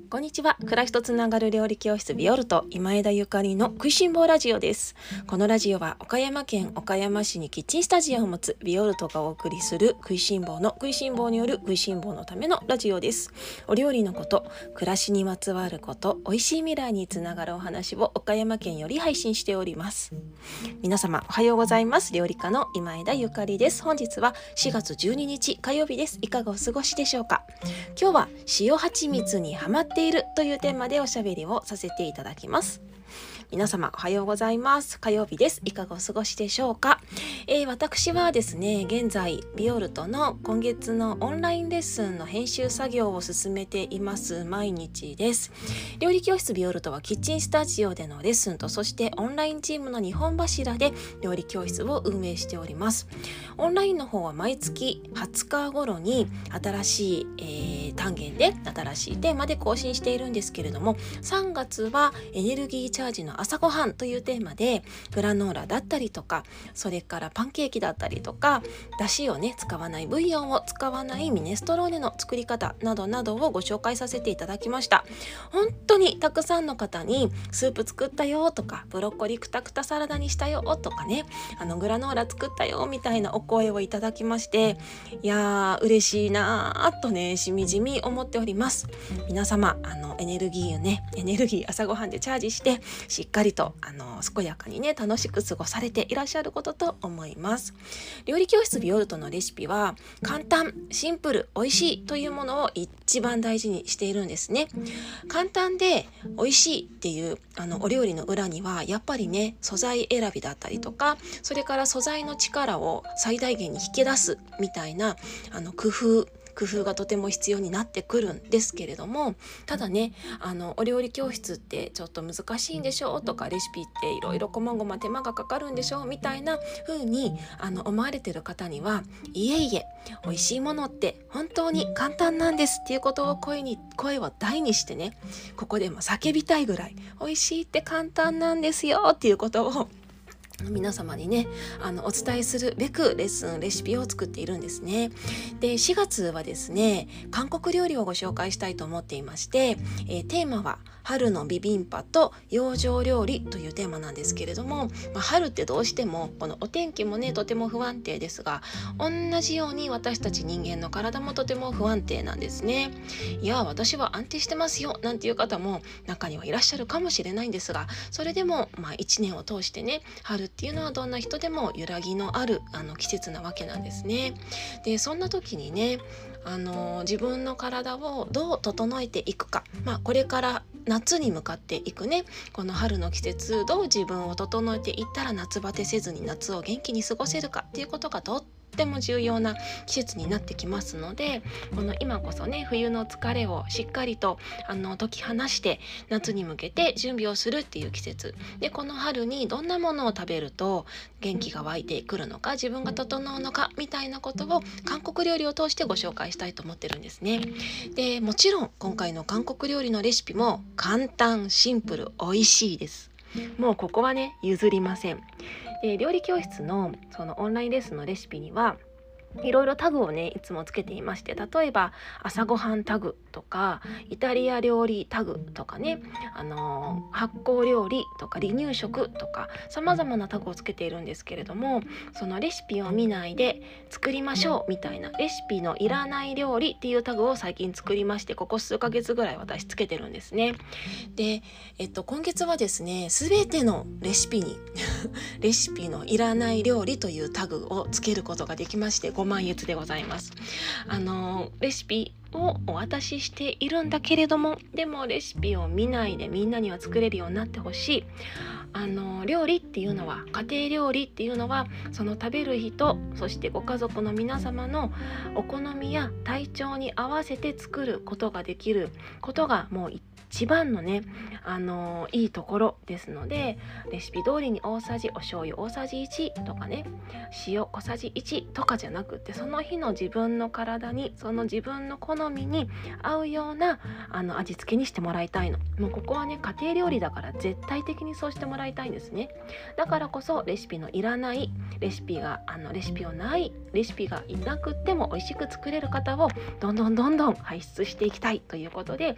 こんにちは。暮らしとつながる料理教室ビオルト今枝ゆかりの食いしん坊ラジオです。このラジオは岡山県岡山市にキッチンスタジオを持つビオルトがお送りする食いしん坊の食いしん坊による食いしん坊のためのラジオです。お料理のこと、暮らしにまつわること、美味しい未来につながるお話を岡山県より配信しております。皆様おはようございます。料理家の今枝ゆかりです。本日は4月12日火曜日です。いかがお過ごしでしょうか。今日は塩蜂蜜にハマっているというテーマでおしゃべりをさせていただきます。皆様おはようございます。火曜日です。いかがお過ごしでしょうか。私はですね、現在ビオルトの今月のオンラインレッスンの編集作業を進めています毎日です。料理教室ビオルトはキッチンスタジオでのレッスンと、そしてオンラインチームの2本柱で料理教室を運営しております。オンラインの方は毎月20日頃に新しい、単元で新しいテーマで更新しているんですけれども、3月はエネルギーチャージの朝ごはんというテーマでグラノーラだったりとか、それからパンケーキだったりとか、だしをね使わない、ブイヨンを使わないミネストローネの作り方などなどをご紹介させていただきました。本当にたくさんの方にスープ作ったよとか、ブロッコリークタクタサラダにしたよとかね、グラノーラ作ったよみたいなお声をいただきまして、いやー嬉しいなーとねしみじみ思っております。皆様エネルギー朝ごはんでチャージしてしっかりと健やかにね楽しく過ごされていらっしゃることと思います。料理教室ビオルトのレシピは簡単、シンプル、美味しいというものを一番大事にしているんですね。簡単で美味しいっていうお料理の裏にはやっぱりね素材選びだったりとか、それから素材の力を最大限に引き出すみたいな工夫がとても必要になってくるんですけれども、ただねお料理教室ってちょっと難しいんでしょとか、レシピっていろいろ細々手間がかかるんでしょみたいな風に思われてる方には、いえいえ美味しいものって本当に簡単なんですっていうことを声を大にしてね、ここでも叫びたいぐらい美味しいって簡単なんですよっていうことを皆様にねお伝えするべくレシピを作っているんですね。で4月はですね、韓国料理をご紹介したいと思っていまして、テーマは春のビビンパと洋上料理というテーマなんですけれども、春ってどうしてもこのお天気もねとても不安定ですが、同じように私たち人間の体もとても不安定なんですね。いや私は安定してますよなんていう方も中にはいらっしゃるかもしれないんですが、それでも1年を通してね、春っていうのはどんな人でも揺らぎのある季節なわけなんですね。でそんな時にね自分の体をどう整えていくか、これから夏に向かっていくねこの春の季節、どう自分を整えていったら夏バテせずに夏を元気に過ごせるかっていうことがとっても重要な季節になってきますので、この今こそね冬の疲れをしっかりと解き放して夏に向けて準備をするっていう季節で、この春にどんなものを食べると元気が湧いてくるのか、自分が整うのかみたいなことを韓国料理を通してご紹介したいと思ってるんですね。でもちろん今回の韓国料理のレシピも簡単、シンプル、美味しいです。もうここはね譲りません。料理教室のそのオンラインレッスンのレシピにはいろいろタグをねいつもつけていまして、例えば朝ごはんタグとかイタリア料理タグとかね、発酵料理とか離乳食とか様々なタグをつけているんですけれども、そのレシピを見ないで作りましょうみたいな、レシピのいらない料理っていうタグを最近作りまして、ここ数ヶ月ぐらい私つけてるんですね。で、今月はですね全てのレシピにレシピのいらない料理というタグをつけることができまして、ご満悦でございます。レシピをお渡ししているんだけれども、でもレシピを見ないでみんなには作れるようになってほしい。料理っていうのは、家庭料理っていうのはその食べる人、そしてご家族の皆様のお好みや体調に合わせて作ることができることがもう一番のねいいところですので、レシピ通りに大さじお醤油大さじ1とかね、塩小さじ1とかじゃなくって、その日の自分の体に、その自分の好みに合うような味付けにしてもらいたいの。もうここはね家庭料理だから絶対的にそうしてもらいたいんですね。だからこそレシピのいらないレシピがレシピがいなくっても美味しく作れる方をどんどん輩出していきたいということで、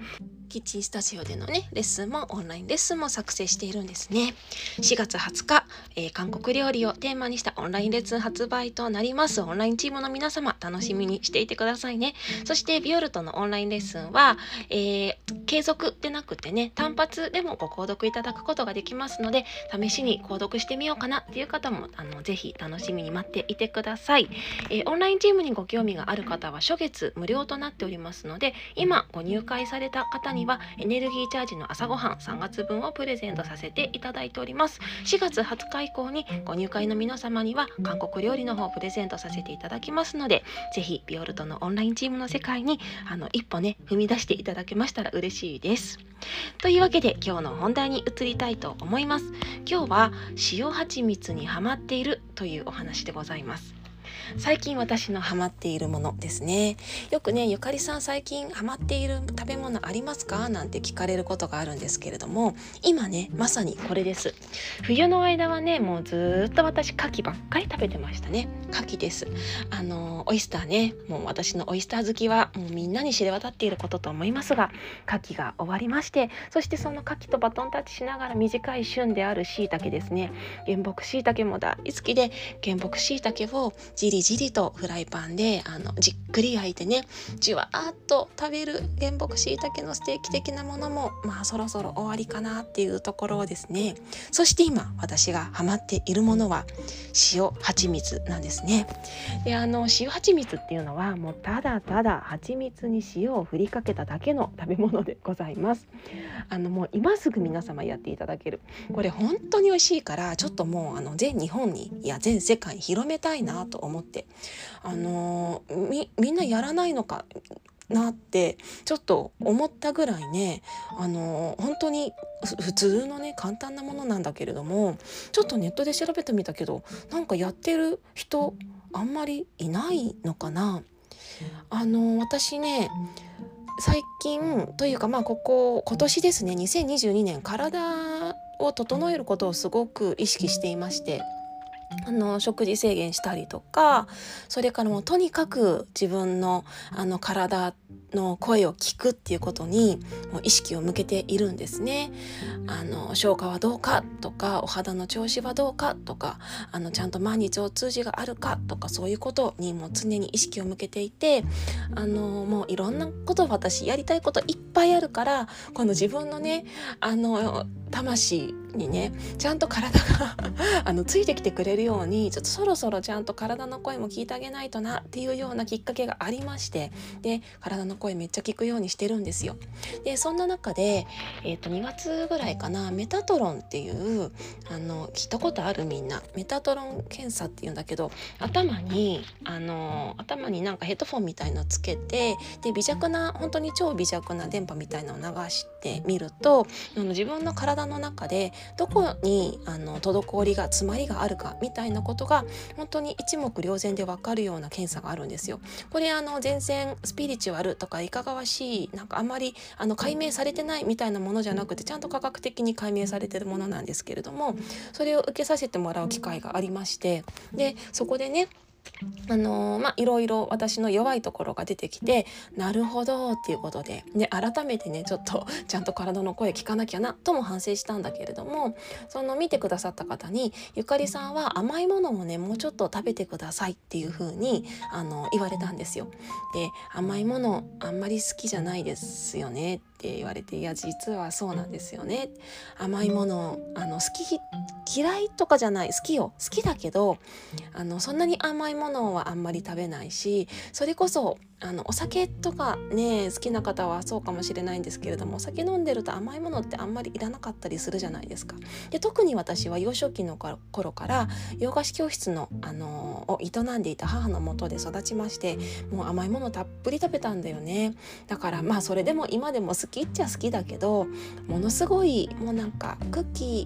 キッチンスタジオでのねレッスンもオンラインレッスンも作成しているんですね。4月20日、韓国料理をテーマにしたオンラインレッスン発売となります。オンラインチームの皆様楽しみにしていてくださいね。そしてビオルトのオンラインレッスンは、継続でなくてね単発でもご購読いただくことができますので、試しに購読してみようかなっていう方もぜひ楽しみに待っていてください。オンラインチームにご興味がある方は初月無料となっておりますので、今ご入会された方にはエネルギーチャージの朝ごはん3月分をプレゼントさせていただいております。4月20日以降にご入会の皆様には韓国料理の方をプレゼントさせていただきますので、ぜひビオルトのオンラインチームの世界に一歩ね踏み出していただけましたら嬉しいです。というわけで今日の本題に移りたいと思います。今日は塩蜂蜜にハマっているというお話でございます。最近私のハマっているものですね。よくね、ゆかりさん最近ハマっている食べ物ありますかなんて聞かれることがあるんですけれども、今ねまさにこれです。冬の間はねもうずっと私牡蠣ばっかり食べてましたね。牡蠣です。オイスターね、もう私のオイスター好きはもうみんなに知れ渡っていることと思いますが、牡蠣が終わりまして、そしてその牡蠣とバトンタッチしながら短い旬である椎茸ですね。原木椎茸も大好きで、原木椎茸をじりじりとフライパンでじっくり焼いてね、じわーっと食べる原木椎茸のステーキ的なものもそろそろ終わりかなっていうところですね。そして今私がハマっているものは塩蜂蜜なんですね。で塩蜂蜜っていうのはもうただただ蜂蜜に塩を振りかけただけの食べ物でございます。もう今すぐ皆様やっていただける、これ本当に美味しいから、ちょっともう全日本に全世界に広めたいなと思って、みんなやらないのかなってちょっと思ったぐらいね、本当に普通のね簡単なものなんだけれども、ちょっとネットで調べてみたけどなんかやってる人あんまりいないのかな。私ね最近というか今年ですね、2022年体を整えることをすごく意識していまして、食事制限したりとか、それからもうとにかく自分の体の声を聞くっていうことにもう意識を向けているんですね。消化はどうかとか、お肌の調子はどうかとか、ちゃんと毎日お通じがあるかとか、そういうことにも常に意識を向けていて、もういろんなこと私やりたいこといっぱいあるから、この自分のね魂にねちゃんと体がついてきてくれるように、ちょっとそろそろちゃんと体の声も聞いてあげないとなっていうようなきっかけがありまして、で体の声めっちゃ聞くようにしてるんですよ。でそんな中で、2月ぐらいかな、メタトロンっていう聞いたことある？みんなメタトロン検査っていうんだけど、頭になんかヘッドフォンみたいのつけて、で本当に超微弱な電波みたいなのを流してみると、自分の体の中でどこに滞りが詰まりがあるかみたいなことが本当に一目瞭然で分かるような検査があるんですよ。これ全然スピリチュアルとかいかがわしい、なんかあんまり解明されてないみたいなものじゃなくて、ちゃんと科学的に解明されてるものなんですけれども、それを受けさせてもらう機会がありまして、でそこでねいろいろ私の弱いところが出てきて、なるほどっていうことで、改めてねちょっとちゃんと体の声聞かなきゃなとも反省したんだけれども、見てくださった方に、ゆかりさんは甘いものをねもうちょっと食べてくださいっていう風に言われたんですよ。で甘いものあんまり好きじゃないですよねって言われて、いや実はそうなんですよね。甘いもの好き嫌いとかじゃない、好きだけどそんなに甘いものはあんまり食べないし、それこそお酒とかね好きな方はそうかもしれないんですけれども、お酒飲んでると甘いものってあんまりいらなかったりするじゃないですか。で特に私は幼少期の頃から洋菓子教室を営んでいた母の元で育ちまして、もう甘いものたっぷり食べたんだよね。だからそれでも今でも好きっちゃ好きだけど、ものすごいもうなんかクッキー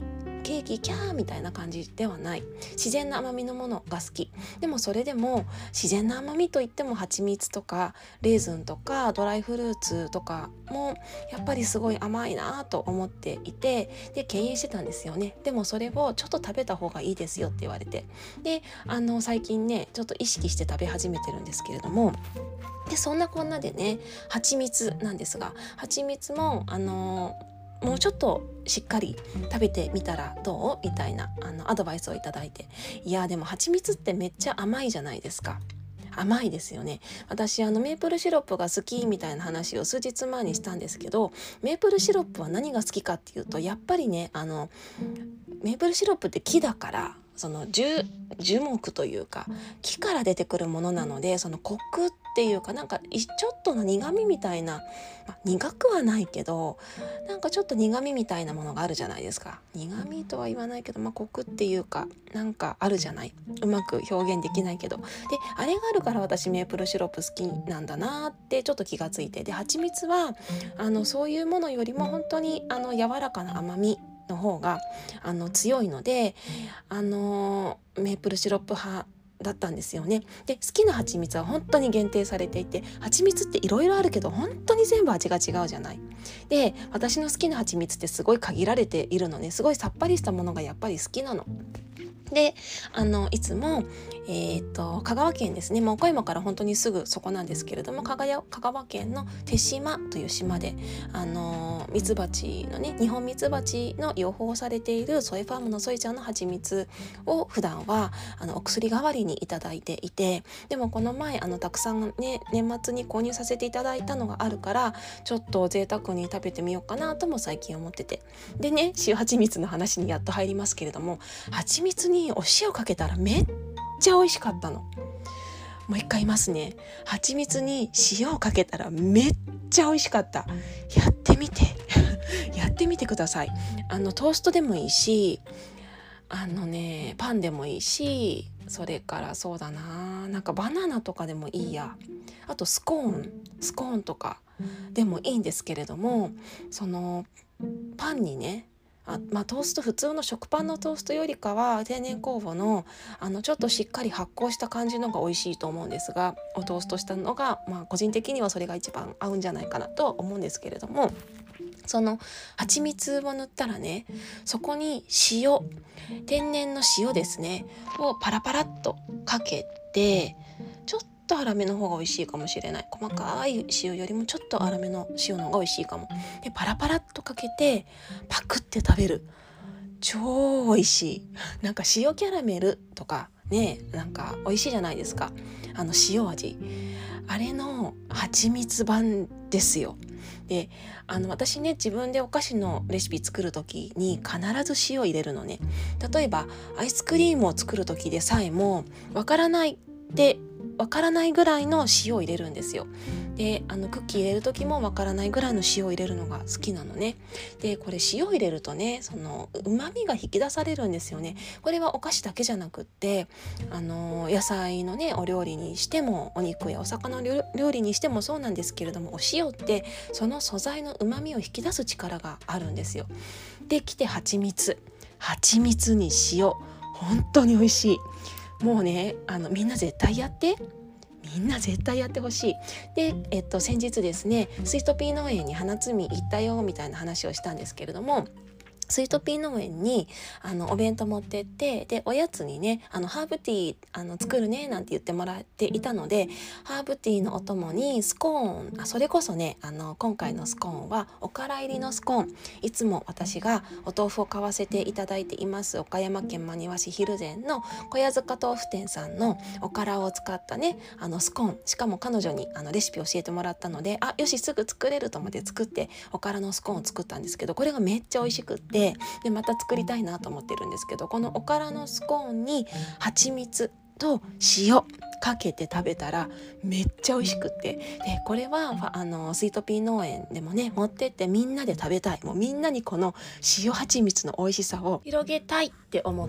ケーキキャーみたいな感じではない。自然な甘みのものが好き。でもそれでも自然な甘みといっても蜂蜜とかレーズンとかドライフルーツとかもやっぱりすごい甘いなと思っていて、で敬遠してたんですよね。でもそれをちょっと食べた方がいいですよって言われて、で最近ねちょっと意識して食べ始めてるんですけれども、でそんなこんなでね蜂蜜なんですが、蜂蜜ももうちょっとしっかり食べてみたらどうみたいなアドバイスをいただいて、いやでも蜂蜜ってめっちゃ甘いじゃないですか。甘いですよね。私メープルシロップが好きみたいな話を数日前にしたんですけど、メープルシロップは何が好きかっていうと、やっぱりねメープルシロップって木だから、その樹木というか木から出てくるものなので、そのコクっていうかなんかちょっとの苦味みたいな、苦くはないけどなんかちょっと苦味みたいなものがあるじゃないですか。苦味とは言わないけど、コクっていうかなんかあるじゃない。うまく表現できないけど、であれがあるから私メープルシロップ好きなんだなってちょっと気がついて、で蜂蜜はそういうものよりも本当に柔らかな甘みの方が強いのでメープルシロップ派だったんですよね。で好きな蜂蜜は本当に限定されていて、蜂蜜っていろいろあるけど本当に全部味が違うじゃない。で私の好きな蜂蜜ってすごい限られているので、すごいさっぱりしたものがやっぱり好きなので、いつも、香川県ですね、岡山から本当にすぐそこなんですけれども、香川県の手島という島で、ミツバチのね、日本ミツバチの養蜂をされているソイファームのソイちゃんの蜂蜜を普段はお薬代わりにいただいていて、でもこの前たくさんね年末に購入させていただいたのがあるから、ちょっと贅沢に食べてみようかなとも最近思ってて、でね塩蜂蜜の話にやっと入りますけれども、蜂蜜にお塩かけたらめっちゃ美味しかったの。もう一回言いますね。蜂蜜に塩をかけたらめっちゃ美味しかった。やってみてやってみてください。トーストでもいいし、パンでもいいし、それからそうだな、なんかバナナとかでもいいや、あとスコーンとかでもいいんですけれども、そのパンにねトースト、普通の食パンのトーストよりかは天然酵母のちょっとしっかり発酵した感じのが美味しいと思うんですが、トーストしたのが、個人的にはそれが一番合うんじゃないかなとは思うんですけれども、その蜂蜜を塗ったらね、そこに天然の塩ですねをパラパラっとかけて、ちょっと粗めの方が美味しいかもしれない。細かい塩よりもちょっと粗めの塩の方が美味しいかも。でパラパラっとかけてパクって食べる。超美味しい。なんか塩キャラメルとかね、なんか美味しいじゃないですか、塩味。あれの蜂蜜版ですよ。で私ね、自分でお菓子のレシピ作る時に必ず塩入れるのね。例えばアイスクリームを作る時でさえもわからないぐらいの塩を入れるんですよ。でクッキー入れる時もわからないぐらいの塩を入れるのが好きなのね。でこれ塩入れるとね、その旨味が引き出されるんですよね。これはお菓子だけじゃなくって野菜のねお料理にしても、お肉やお魚の料理にしてもそうなんですけれども、お塩ってその素材の旨味を引き出す力があるんですよ。できて蜂蜜に塩、本当に美味しい。もうねみんな絶対やってほしい。で、先日ですね、スイートピー農園に花摘み行ったよみたいな話をしたんですけれども、スイートピー農園にお弁当持ってって、でおやつにねハーブティー作るねなんて言ってもらっていたので、ハーブティーのお供にスコーン、それこそね今回のスコーンはおから入りのスコーン、いつも私がお豆腐を買わせていただいています岡山県真庭市蒜山の小屋塚豆腐店さんのおからを使ったねスコーン、しかも彼女にレシピ教えてもらったので、よしすぐ作れると思って作っておからのスコーンを作ったんですけど、これがめっちゃ美味しくって、でまた作りたいなと思ってるんですけど、このおからのスコーンに蜂蜜と塩かけて食べたらめっちゃ美味しくって、でこれはスイートピー農園でもね持ってってみんなで食べたい、もうみんなにこの塩蜂蜜の美味しさを広げたいって思って、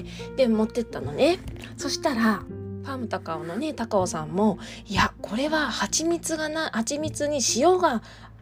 で持ってったのね。そしたらファーム高尾のね高尾さんも、いやこれは蜂蜜に塩が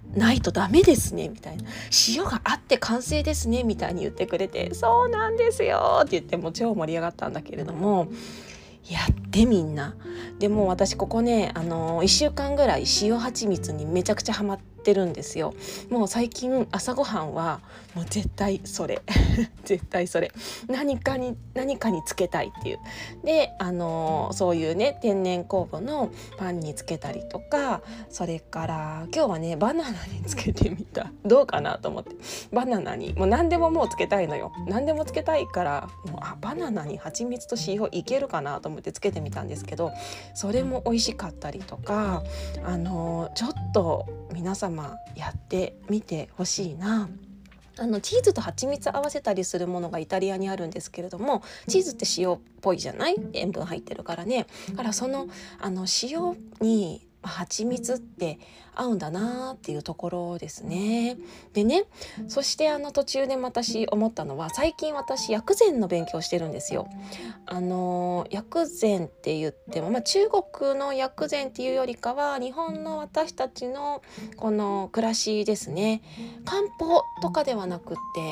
ないとダメですねみたいな、塩があって完成ですねみたいに言ってくれて、そうなんですよって言ってもう超盛り上がったんだけれども、やってみんな。でも私ここね、1週間ぐらい塩蜂蜜にめちゃくちゃハマってるんですよ。もう最近朝ごはんはもう絶対それ絶対それ、何かにつけたいっていう。でそういうね天然酵母のパンにつけたりとか、それから今日はねバナナにつけてみた。どうかなと思って、バナナにもう何でももうつけたいのよ。何でもつけたいからもうバナナに蜂蜜と塩いけるかなと思ってつけてみたんですけど、それも美味しかったりとか、ちょっと皆様やってみてほしいな。チーズと蜂蜜合わせたりするものがイタリアにあるんですけれども、チーズって塩っぽいじゃない、塩分入ってるからね。だからその塩に蜂蜜って合うんだなっていうところですね。でね、そして途中で私思ったのは、最近私薬膳の勉強してるんですよ。薬膳って言っても、中国の薬膳っていうよりかは日本の私たちのこの暮らしですね。漢方とかではなくって、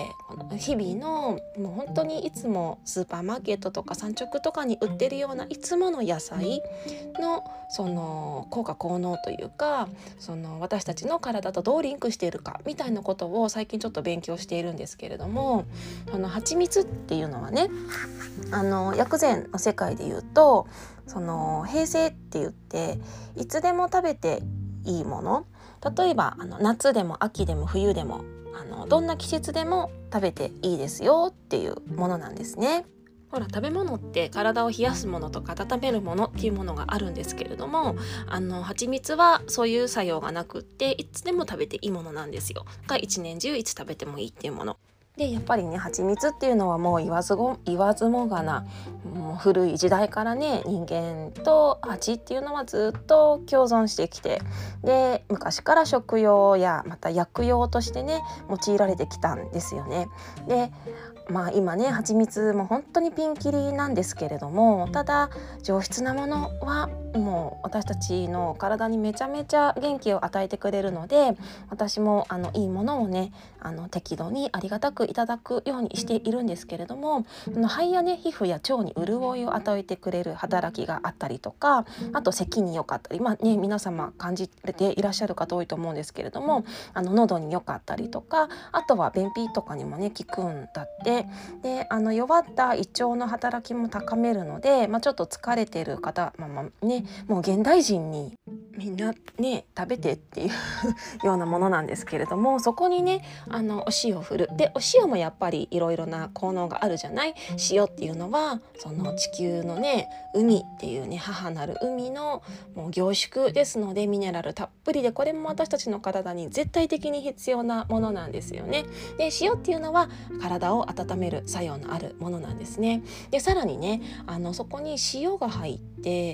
この日々のもう本当にいつもスーパーマーケットとか産直とかに売ってるようないつもの野菜のその効果効能というか、その私たちの体とどうリンクしているかみたいなことを最近ちょっと勉強しているんですけれども、蜂蜜っていうのはね、薬膳の世界でいうとその平成って言っていつでも食べていいもの、例えば夏でも秋でも冬でもどんな季節でも食べていいですよっていうものなんですね。ほら食べ物って体を冷やすものとか温めるものっていうものがあるんですけれども、蜂蜜はそういう作用がなくっていつでも食べていいものなんですよ。が一年中いつ食べてもいいっていうもので、やっぱりね蜂蜜っていうのはもう言わずもがな、もう古い時代からね人間と蜂っていうのはずっと共存してきて、で昔から食用やまた薬用としてね用いられてきたんですよね。で今ね蜂蜜も本当にピンキリなんですけれども、ただ上質なものはもう私たちの体にめちゃめちゃ元気を与えてくれるので、私もいいものをね適度にありがたくいただくようにしているんですけれども、肺やね皮膚や腸に潤いを与えてくれる働きがあったりとか、あと咳に良かったり、皆様感じていらっしゃる方多いと思うんですけれども、喉に良かったりとか、あとは便秘とかにもね効くんだって。で弱った胃腸の働きも高めるので、ちょっと疲れてる方、もう現代人にみんなね食べてっていうようなものなんですけれども、そこにねお塩を振る。でお塩もやっぱりいろいろな効能があるじゃない。塩っていうのはその地球のね海っていうね母なる海のもう凝縮ですので、ミネラルたっぷりで、これも私たちの体に絶対的に必要なものなんですよね。で塩っていうのは体を温める作用のあるものなんですね。でさらにねそこに塩が入って、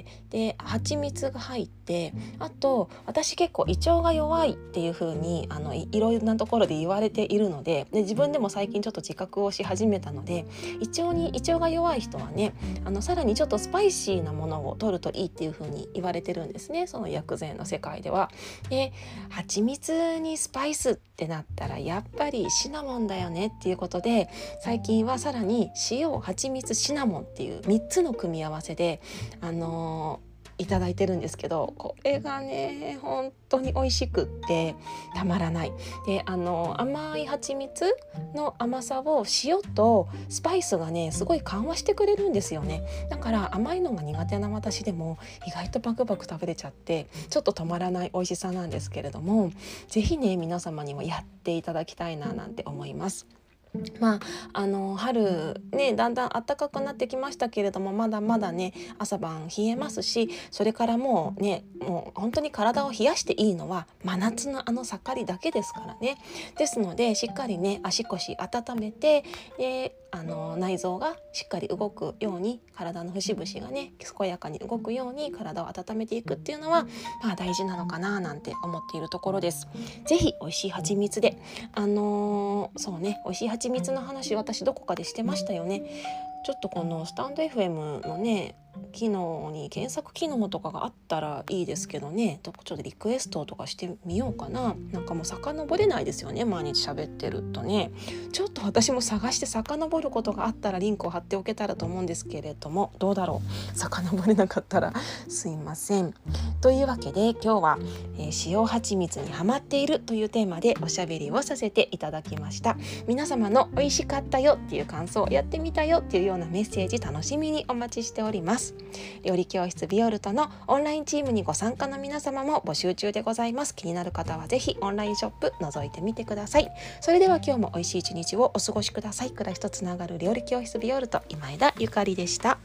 で蜂蜜が入って、あと私結構胃腸が弱いっていう風にいろいろなところで言われているので、自分でも最近ちょっと自覚をし始めたので、胃腸が弱い人はねさらにちょっとスパイシーなものを取るといいっていう風に言われてるんですね、その薬膳の世界では。で蜂蜜にスパイスってなったらやっぱりシナモンだよねっていうことで、最近はさらに塩、蜂蜜、シナモンっていう3つの組み合わせでいただいてるんですけど、これがね本当に美味しくってたまらない。で甘い蜂蜜の甘さを塩とスパイスがねすごい緩和してくれるんですよね。だから甘いのが苦手な私でも意外とバクバク食べれちゃってちょっと止まらない美味しさなんですけれども、ぜひね皆様にもやっていただきたいななんて思います。春ねだんだん暖かくなってきましたけれども、まだまだね朝晩冷えますし、それからもう本当に体を冷やしていいのは真夏の盛りだけですからね。ですのでしっかりね足腰温めて、で内臓がしっかり動くように、体の節々がね健やかに動くように体を温めていくっていうのは大事なのかななんて思っているところです。ぜひ美味しい蜂蜜でそうね、美味しい蜂蜜の話私どこかでしてましたよね。ちょっとこのスタンド FM のね機能に検索機能とかがあったらいいですけどね、ちょっとリクエストとかしてみようかな。なんかもう遡れないですよね、毎日喋ってるとね。ちょっと私も探して遡ることがあったらリンクを貼っておけたらと思うんですけれども、どうだろう、遡れなかったらすいません。というわけで今日は、塩蜂蜜にハマっているというテーマでおしゃべりをさせていただきました。皆様の美味しかったよっていう感想、やってみたよっていうようなメッセージ楽しみにお待ちしております。料理教室ビオルトのオンラインチームにご参加の皆様も募集中でございます。気になる方はぜひオンラインショップ覗いてみてください。それでは今日も美味しい一日をお過ごしください。暮らしとつながる料理教室ビオルト、今枝ゆかりでした。